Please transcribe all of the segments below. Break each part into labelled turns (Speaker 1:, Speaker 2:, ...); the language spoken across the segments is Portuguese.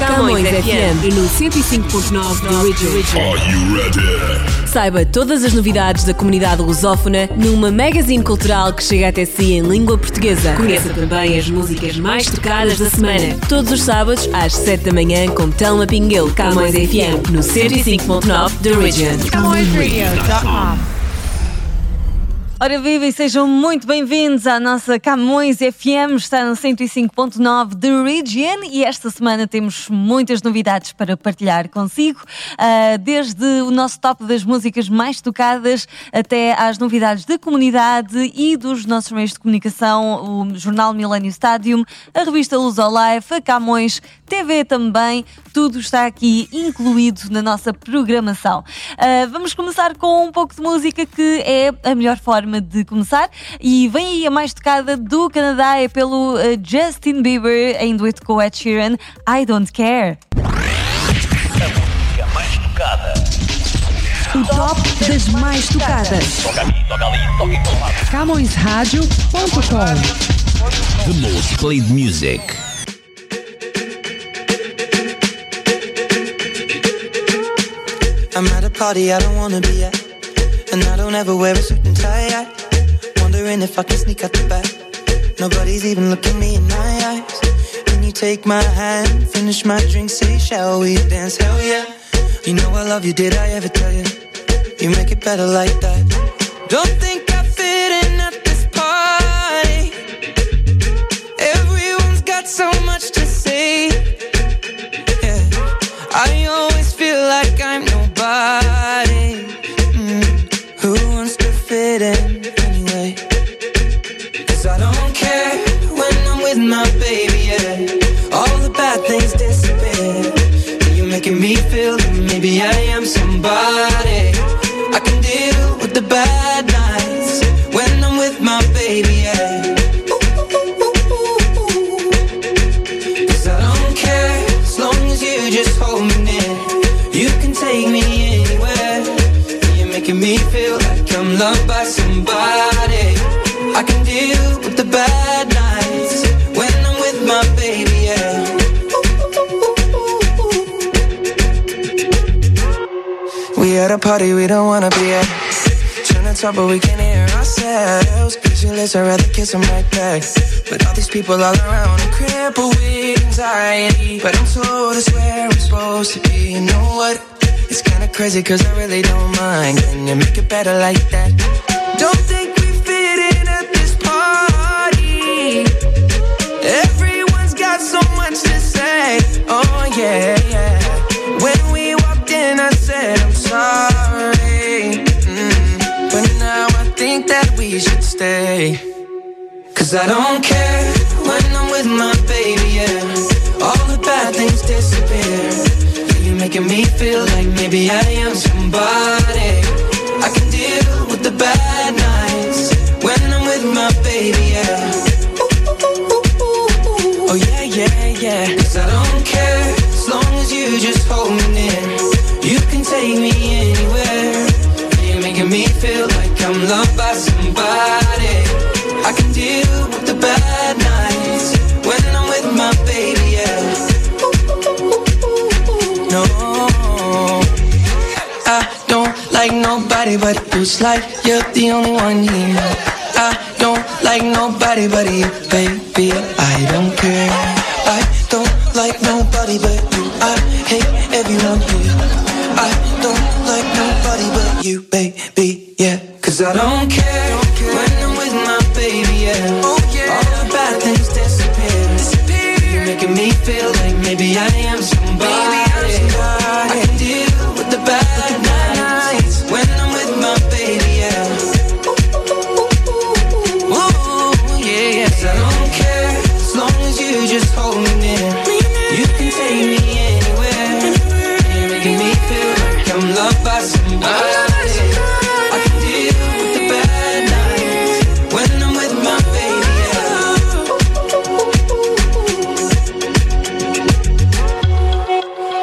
Speaker 1: Camões FM e no 105.9 da Region.
Speaker 2: Are you ready?
Speaker 1: Saiba todas as novidades da comunidade lusófona numa magazine cultural que chega até si em língua portuguesa. Conheça também as músicas mais tocadas da semana. Todos os sábados às 7 da manhã com Telma Pinguel, Camões FM no 105.9 da Region.
Speaker 3: CamõesRadio.com. Ora viva e sejam muito bem-vindos à nossa Camões FM, está no 105.9 The Region e esta semana temos muitas novidades para partilhar consigo, desde o nosso top das músicas mais tocadas até às novidades da comunidade e dos nossos meios de comunicação, o Jornal Millennium Stadium, a revista Lusolife, a Camões TV também, tudo está aqui incluído na nossa programação. Vamos começar com um pouco de música que é a melhor forma de começar e vem aí a mais tocada do Canadá, é pelo Justin Bieber em dueto com Ed Sheeran, I Don't Care.
Speaker 2: A música mais tocada.
Speaker 4: O top das mais tocadas.
Speaker 2: Toca aqui, toca ali, toca em todo lado.
Speaker 4: CamõesRadio.com.
Speaker 2: The most played music.
Speaker 5: I'm at a party I don't wanna be at, and I don't ever wear a suit and tie yet. Wondering if I can sneak out the back. Nobody's even looking me in my eyes. Can you take my hand, finish my drink, say shall we dance? Hell yeah. You know I love you, did I ever tell you? You make it better like that. Don't think I fit in at this party. Everyone's got so much to say. Yeah, I always feel like I'm nobody. Who wants to fit in anyway? 'Cause I don't care when I'm with my baby, yeah. All the bad things disappear. You're making me feel that maybe I am somebody. I can deal with the bad nights when I'm with my baby, yeah. 'Cause I don't care as long as you just hold me near. You can take me anywhere. You're making me feel like I'm loved by somebody. I can deal with the bad nights when I'm with my baby, yeah. We at a party we don't wanna be at. Trying to talk but we can't hear ourselves. Pictureless, I'd rather kiss them right back. But all these people all around, I'm crippled with anxiety. But I'm told it's where I'm supposed to be. You know what? It's kinda crazy 'cause I really don't mind. Can you make it better like that? Don't think we fit in at this party. Everyone's got so much to say. Oh yeah, yeah. When we walked in I said I'm sorry. But now I think that we should stay. 'Cause I don't care when I'm with my baby, yeah. All the bad things disappear. You're making me feel like maybe I am somebody. I can deal with the bad nights when I'm with my baby, yeah. Oh yeah, yeah, yeah. 'Cause I don't care as long as you just hold me near. You can take me anywhere. You're making me feel like I'm loved by somebody. I can deal with the bad nights when I'm with my baby, yeah. No, I don't like nobody but you. It's like you're the only one here. I don't like nobody but you, baby. I don't care. I don't like nobody but you. I hate everyone here. I don't like nobody but you, baby, yeah. 'Cause I don't care when I'm with my baby, yeah. Oh yeah. All the bad things disappear. You're making me feel like maybe I am somebody. I can deal with the bad nights when I'm with my baby, yeah. Ooh, yeah, yeah. 'Cause I don't care as long as you just hold me near. You can take me anywhere. You're making me feel like I'm loved by somebody. I can deal with the bad nights when I'm with my baby, yeah.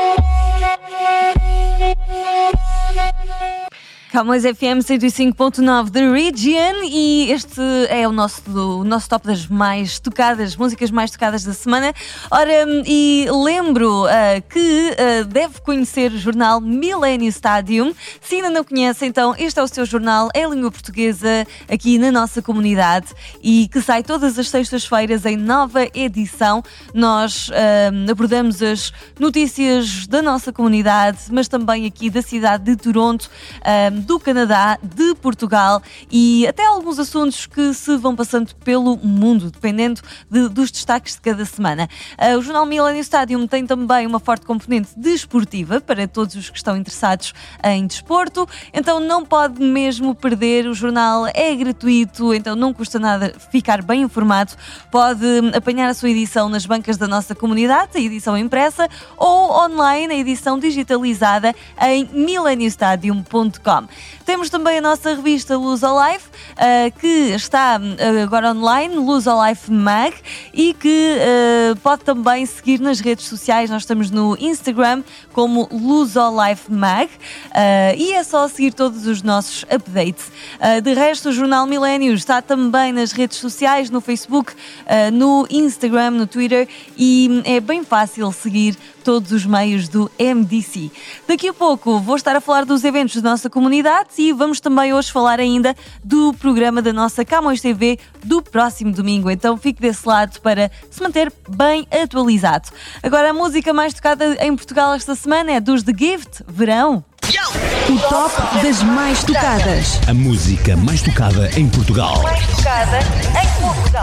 Speaker 3: Camões FM 105.9 The Region e este é o nosso top das mais tocadas, músicas mais tocadas da semana. Ora, e lembro que deve conhecer o jornal Millennium Stadium. Se ainda não conhece, então este é o seu jornal em língua portuguesa aqui na nossa comunidade e que sai todas as sextas-feiras em nova edição. Nós abordamos as notícias da nossa comunidade, mas também aqui da cidade de Toronto, do Canadá, de Portugal e até alguns assuntos que se vão passando pelo mundo, dependendo dos destaques de cada semana. O jornal Millennium Stadium tem também uma forte componente desportiva para todos os que estão interessados em desporto, então não pode mesmo perder. O jornal é gratuito, então não custa nada ficar bem informado. Pode apanhar a sua edição nas bancas da nossa comunidade, a edição impressa, ou online, a edição digitalizada em millenniumstadium.com. Temos também a nossa revista Luz ao Life, que está agora online, Luz ao Life Mag, e que pode também seguir nas redes sociais. Nós estamos no Instagram como Luz ao Life Mag e é só seguir todos os nossos updates. De resto, o jornal Millennium está também nas redes sociais, no Facebook, no Instagram, no Twitter, e é bem fácil seguir todos os meios do MDC. Daqui a pouco vou estar a falar dos eventos da nossa comunidade e vamos também hoje falar ainda do programa da nossa Camões TV do próximo domingo. Então fique desse lado para se manter bem atualizado. Agora a música mais tocada em Portugal esta semana é dos The Gift, Verão.
Speaker 4: O top das mais tocadas.
Speaker 2: A música mais tocada em Portugal.
Speaker 1: Mais tocada em Portugal.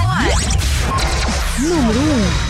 Speaker 4: Número 1.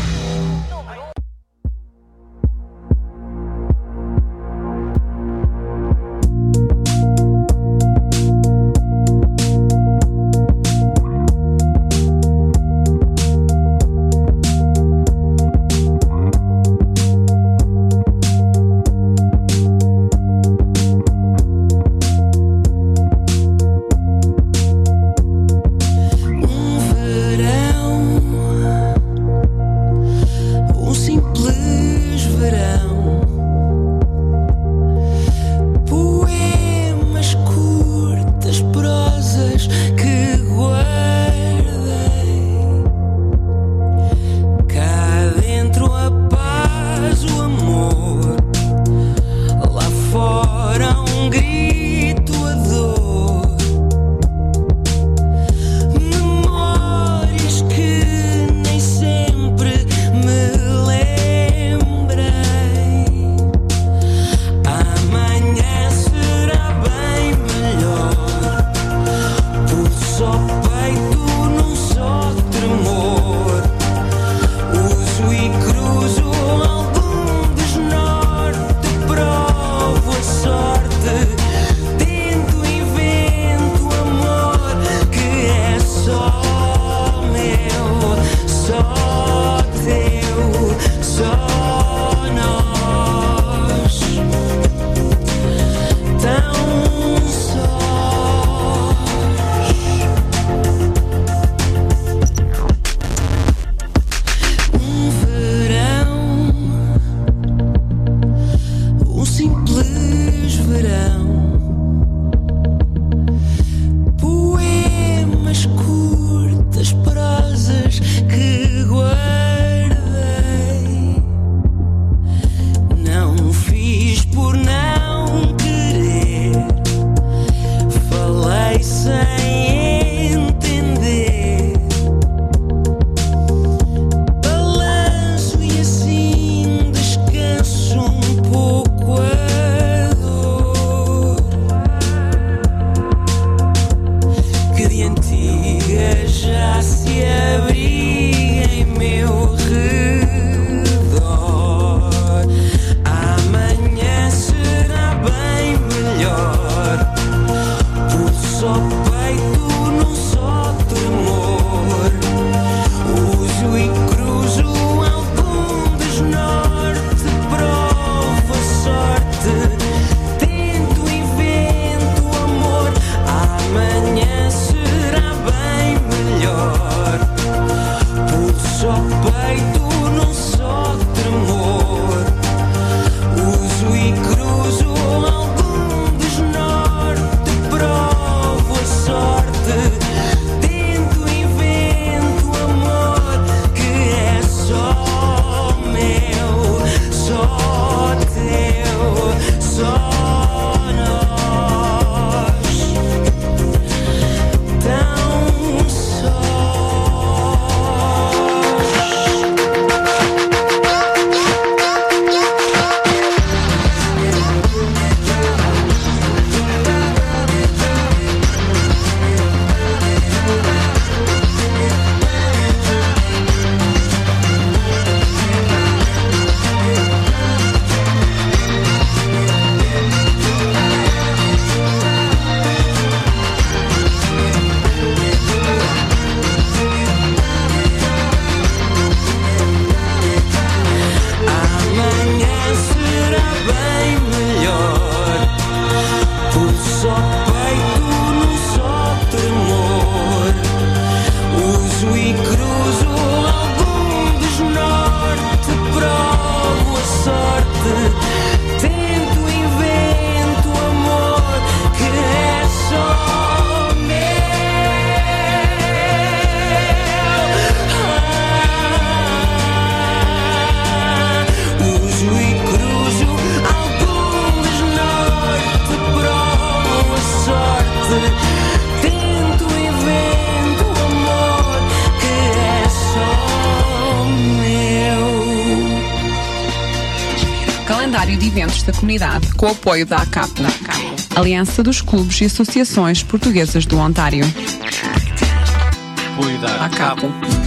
Speaker 6: calendário de eventos da comunidade com o apoio da ACAP, Aliança dos Clubes e Associações Portuguesas do Ontário.
Speaker 7: Apoio da ACAP.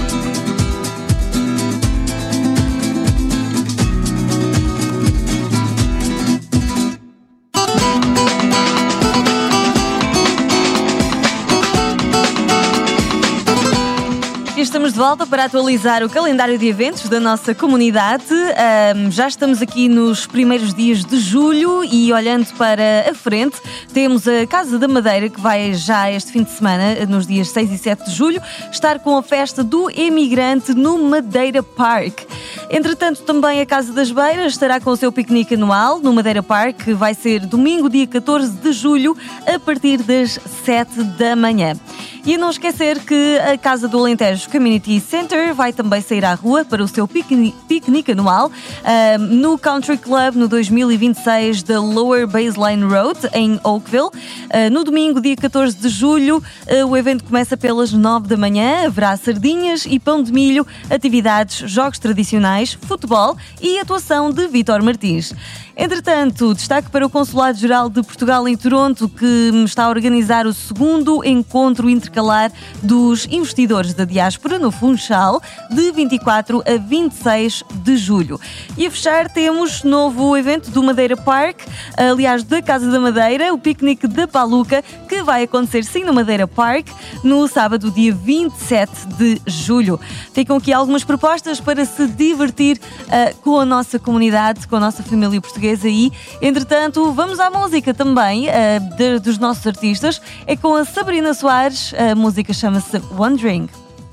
Speaker 3: Estamos de volta para atualizar o calendário de eventos da nossa comunidade. Já estamos aqui nos primeiros dias de julho e olhando para a frente, temos a Casa da Madeira que vai já este fim de semana, nos dias 6 e 7 de julho, estar com a festa do Emigrante no Madeira Park. Entretanto, também a Casa das Beiras estará com o seu piquenique anual no Madeira Park, que vai ser domingo, dia 14 de julho, a partir das 7 da manhã. E a não esquecer que a Casa do Alentejo Community Center vai também sair à rua para o seu piquenique anual no Country Club no 2026 da Lower Baseline Road, em Oakville. No domingo, dia 14 de julho, o evento começa pelas 9 da manhã. Haverá sardinhas e pão de milho, atividades, jogos tradicionais, futebol e atuação de Vítor Martins. Entretanto, destaque para o Consulado-Geral de Portugal em Toronto, que está a organizar o segundo encontro intercalar dos investidores da diáspora no Funchal, de 24 a 26 de julho. E a fechar temos novo evento do Madeira Park, aliás, da Casa da Madeira, o piquenique da Paluca, que vai acontecer sim no Madeira Park, no sábado, dia 27 de julho. Ficam aqui algumas propostas para se divertir com a nossa comunidade, com a nossa família portuguesa aí. Entretanto, vamos à música também dos nossos artistas. É com a Sabrina Soares, a música chama-se Wondering.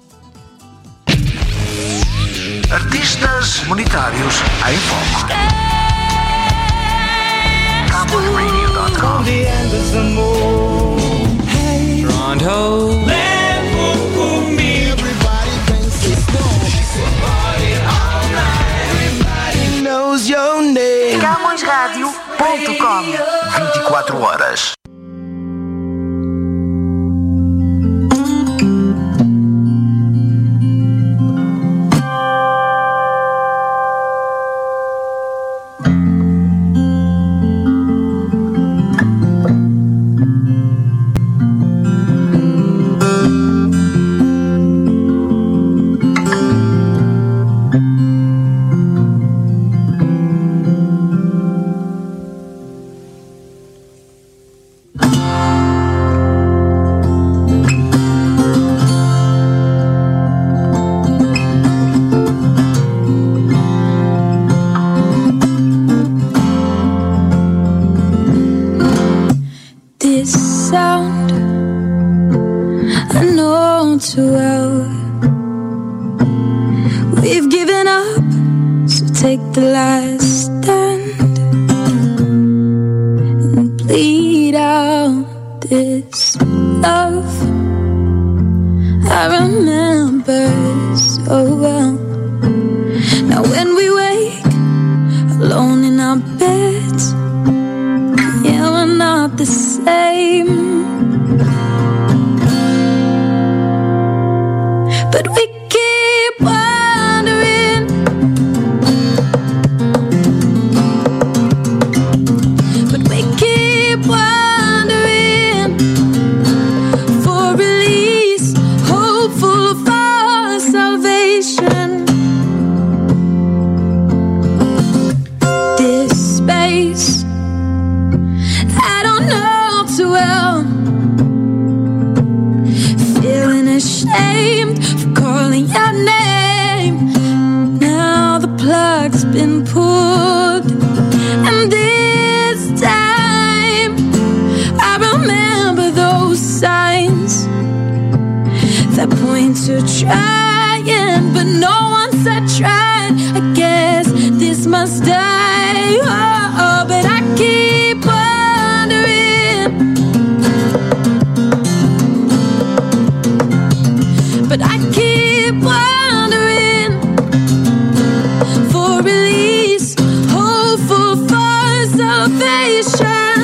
Speaker 8: Artistas monetários em foco. CamõesRadio.com. CamõesRadio.com. 24 horas.
Speaker 9: too well. We've given up, so take the last stand and bleed out this love I remember so well. Now when we wake alone in our beds, yeah, we're not the same. But we keep wondering, but we keep wondering for release, hopeful for salvation. This space, I don't know too well, feeling ashamed for calling your name. Now the plug's been pulled, and this time I remember those signs that point to trying, but no one said try. I guess this must die. Oh, but I keep wondering, but I keep wondering for release, hopeful for salvation,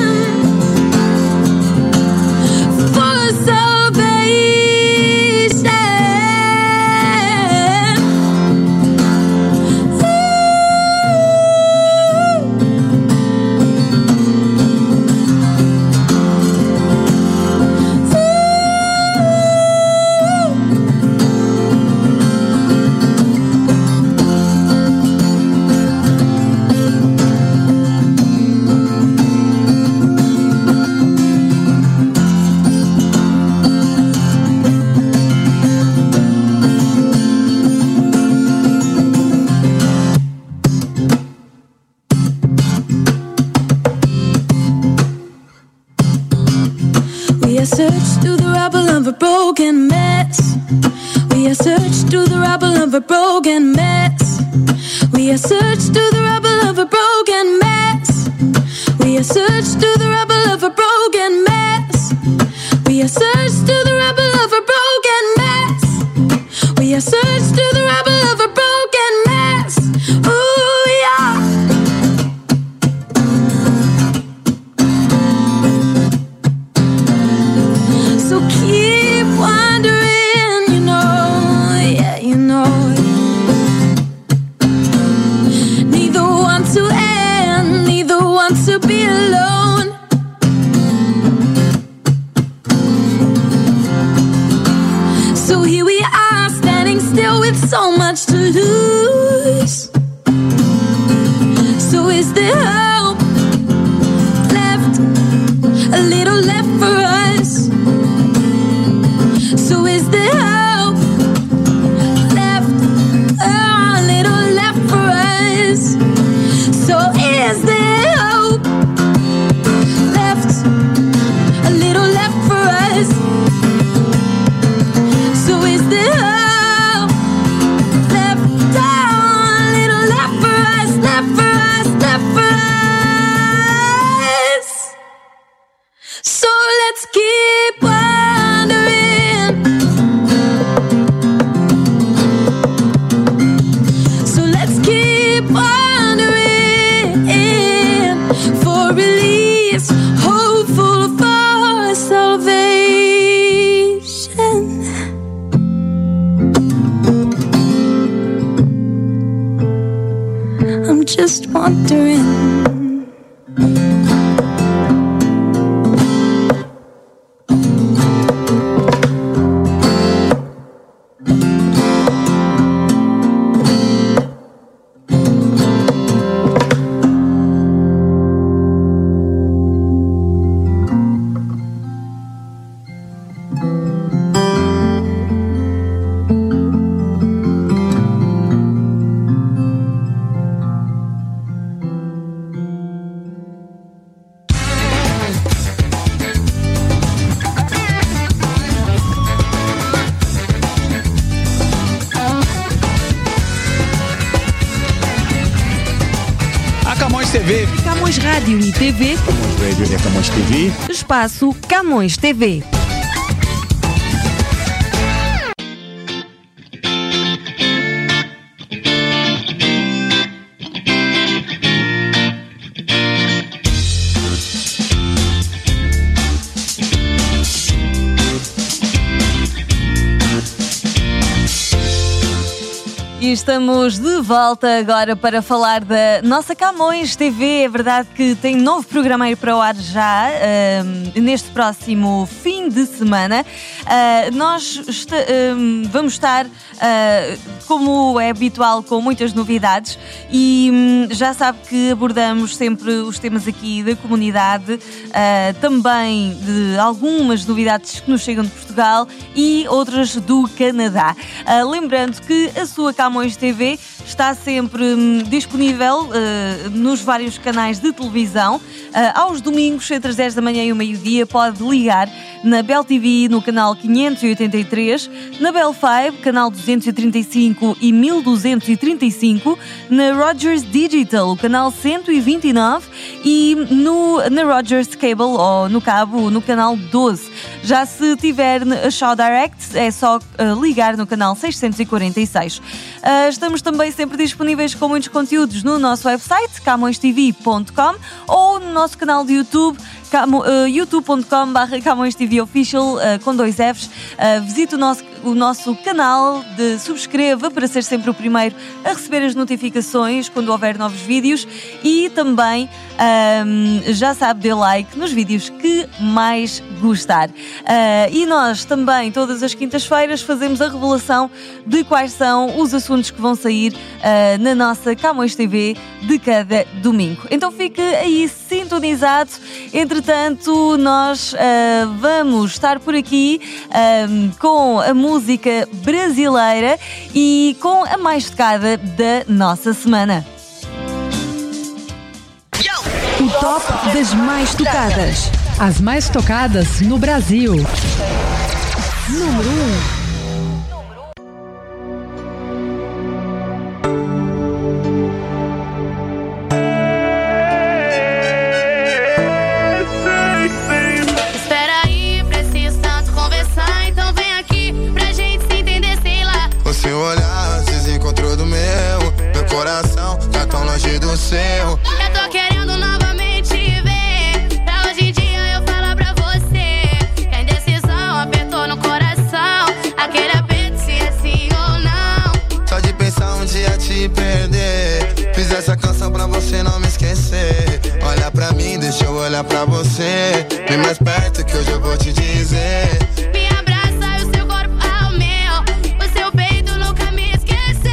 Speaker 9: for salvation. Ooh. searched through the rubble of a broken mess. We have searched through the rubble of a broken mess. We have searched through the rubble of a broken mess. We have searched through the rubble of a broken mess. We have searched through the rubble of a broken mess. We have searched through the rubble of a broken mess. Ooh, yeah. So keep wondering, you know, yeah, you know. Neither want to end, neither want to be alone. So here we are, standing still with so much to lose. So is there hope left, a little left for us? So is there hope left, a little left for us? So is there hope left, a little left for us? So is there hope left, a little left for us, left for us, left for us? So let's keep wondering. So let's keep wondering for release, hopeful for salvation. I'm just wondering.
Speaker 2: Camões TV.
Speaker 4: Camões Rádio e TV.
Speaker 2: Camões Radio é Camões TV.
Speaker 4: Espaço Camões TV.
Speaker 3: E estamos de volta agora para falar da nossa Camões TV. É verdade que tem novo programa aí para o ar já, neste próximo fim de semana. Nós vamos estar, como é habitual, com muitas novidades e já sabe que abordamos sempre os temas aqui da comunidade, também de algumas novidades que nos chegam de Portugal e outras do Canadá. Lembrando que a sua Camões TV está sempre disponível nos vários canais de televisão. Aos domingos, entre as 10 da manhã e o meio-dia, pode ligar na Bell TV no canal 583, na Bell 5, canal 235 e 1235, na Rogers Digital, o canal 129 e na Rogers Cable, ou no cabo, no canal 12. Já se tiver a Shaw Direct, é só ligar no canal 646. Estamos também sempre disponíveis com muitos conteúdos no nosso website, camõestv.com, ou no nosso canal de YouTube, youtube.com/CamõesTVOfficial, com 2 Fs. Visite o nosso canal, subscreva para ser sempre o primeiro a receber as notificações quando houver novos vídeos e também, já sabe, dê like nos vídeos que mais gostar. E nós também, todas as quintas-feiras, fazemos a revelação de quais são os assuntos que vão sair na nossa Camões TV de cada domingo. Então fique aí sintonizado. Entretanto, nós vamos estar por aqui com a música brasileira e com a mais tocada da nossa semana.
Speaker 4: O top das mais tocadas. As mais tocadas no Brasil. Número 1.
Speaker 5: Seu olhar se desencontrou do meu coração tá tão longe do seu.
Speaker 9: Eu tô querendo novamente ver, pra hoje em dia eu falar pra você que a indecisão apertou no coração. Aquele aperto se é sim ou não.
Speaker 5: Só de pensar um dia te perder. Fiz essa canção pra você não me esquecer. Olha pra mim, deixa eu olhar pra você. Vem mais perto que hoje eu vou te dizer.
Speaker 9: Me abraça e o seu corpo ao meu, o seu peito nunca me esqueceu.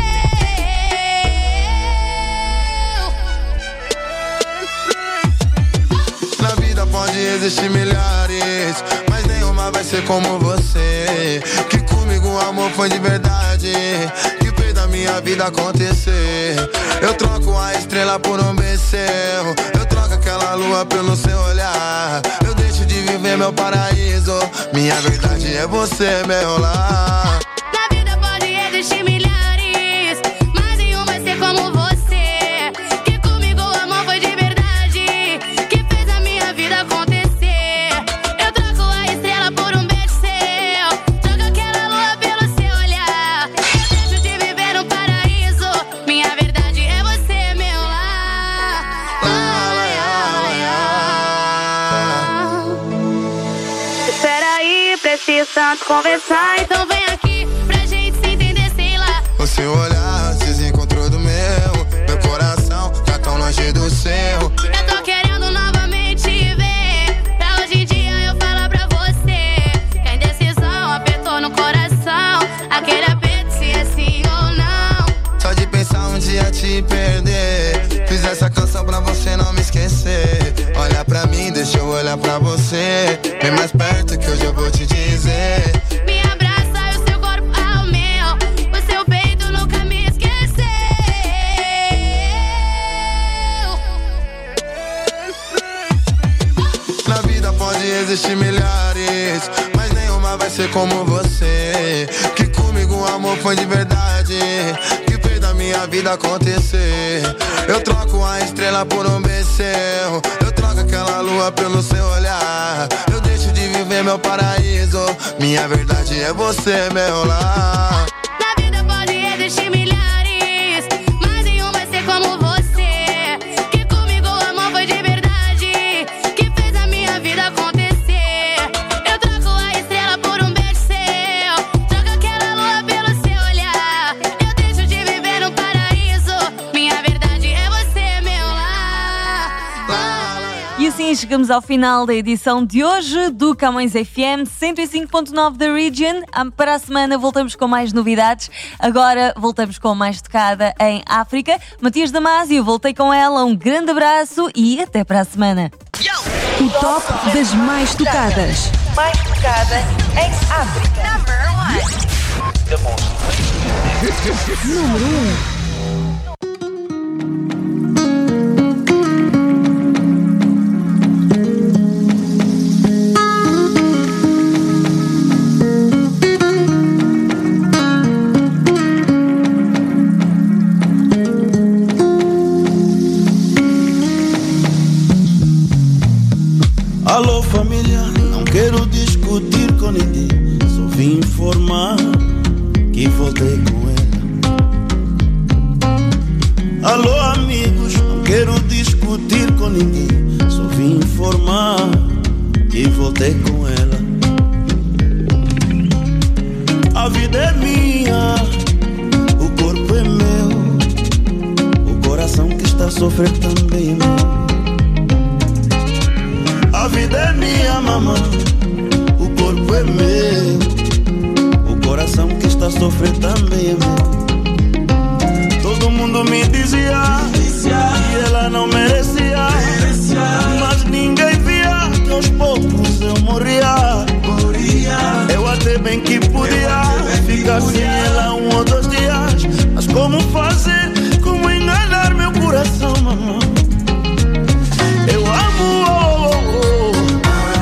Speaker 5: Na vida pode existir milhares, mas nenhuma vai ser como você. Que comigo o amor foi de verdade, que fez da minha vida acontecer. Eu troco a estrela por um becerro, eu troco aquela lua pelo seu olhar. Eu deixo de viver meu paraíso, minha verdade é você, meu lar.
Speaker 9: Na vida pode existir milhares, mas nenhum vai ser como você. Que comigo o amor foi de verdade, que fez a minha vida acontecer. Eu troco a estrela por um beijo seu, troco aquela lua pelo seu olhar. Eu deixo de viver no paraíso, minha verdade é você, meu lar. Espera aí, preciso tanto conversar, então vem aqui pra gente se entender, sei lá.
Speaker 5: O seu olhar se desencontrou do meu coração tá tão longe do seu.
Speaker 9: Eu tô querendo novamente ver, pra hoje em dia eu falar pra você que a indecisão apertou no coração. Aquele aperto se é sim ou não.
Speaker 5: Só de pensar um dia te perder. Fiz essa canção pra você não me esquecer. Olha pra mim, deixa eu olhar pra você. Vem mais perto que hoje eu vou te dizer.
Speaker 9: Me abraça e o seu corpo ao meu, o seu peito nunca me esqueceu.
Speaker 5: Na vida pode existir milhares, mas nenhuma vai ser como você. Que comigo o amor foi de verdade, que fez da minha vida acontecer. Eu troco a estrela por um becerro, eu troco aquela lua pelo seu olhar. Eu deixo de viver meu paraíso, minha verdade é você, meu lar.
Speaker 9: Na vida pode existir milhares, mas nenhum vai ser como você. Que comigo o amor foi de verdade, que fez a minha vida acontecer. Eu troco a estrela por um beijo seu, troco aquela lua pelo seu olhar. Eu deixo de viver no paraíso, minha verdade é você, meu lar.
Speaker 3: E assim chegamos ao final da edição de hoje do Camões FM 105.9 da Region. Para a semana voltamos com mais novidades. Agora voltamos com mais tocada em África. Matias Damasio, voltei com ela. Um grande abraço e até para a semana.
Speaker 4: O top das mais tocadas.
Speaker 1: Mais tocada em África.
Speaker 4: Número 1.
Speaker 7: Alô família, não quero discutir com ninguém, só vim informar que voltei com ela. Alô amigos, não quero discutir com ninguém, só vim informar que voltei com ela. A vida é minha, o corpo é meu, o coração que está a sofrer também é meu. A vida é minha, mamãe, o corpo é meu, o coração que está a sofrer também é meu. Todo mundo me dizia que ela não merecia, mas ninguém via que aos poucos eu morria. Eu até bem que podia ficar sem ela 1 ou 2 dias, mas como fazer, como enganar meu coração, mamãe? Eu amo,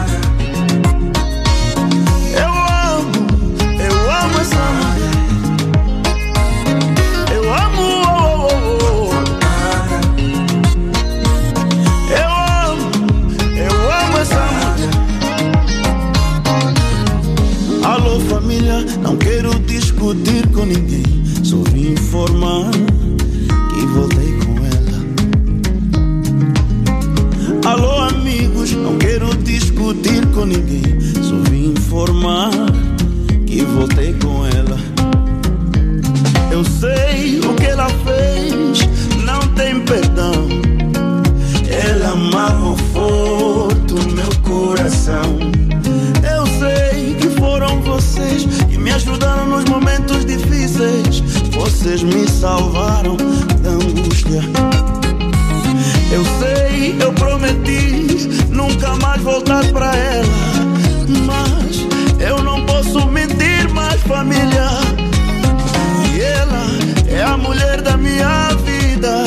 Speaker 7: com ninguém, só vim informar que voltei com ela. Eu sei o que ela fez, não tem perdão. Ela amarrou forte o meu coração. Eu sei que foram vocês que me ajudaram nos momentos difíceis. Vocês me salvaram da angústia. Eu sei, eu prometi nunca mais voltar pra ela, mas eu não posso mentir mais, família. E ela é a mulher da minha vida.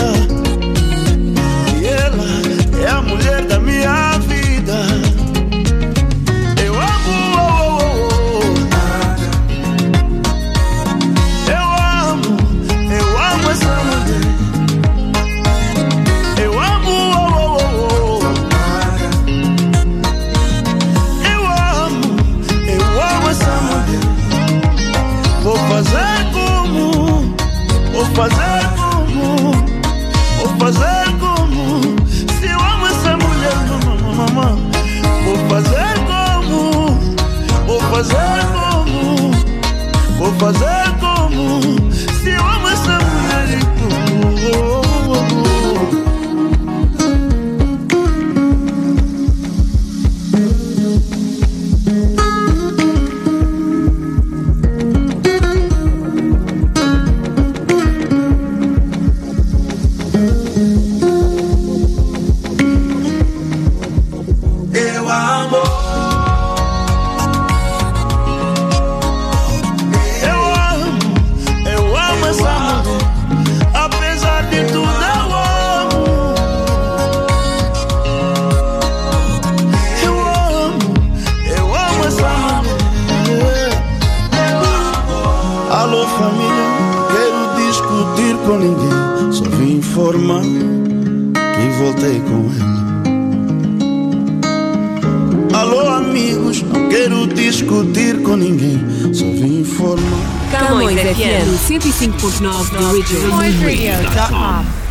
Speaker 7: E ela é a mulher da minha vida. Eu amo, eu amo essa mulher. Eu amo, eu amo essa mulher. Vou fazer como, vou fazer como, vou fazer como. Se eu amo essa mulher, mamãe, vou fazer como, vou fazer como, vou fazer como. Se eu amo essa mulher, com ninguém, só vim informar que voltei com ela. Alô amigos, não quero discutir com ninguém, só vim informar.
Speaker 1: Camões FM 105.9 do Regional.
Speaker 4: CamõesRadio.com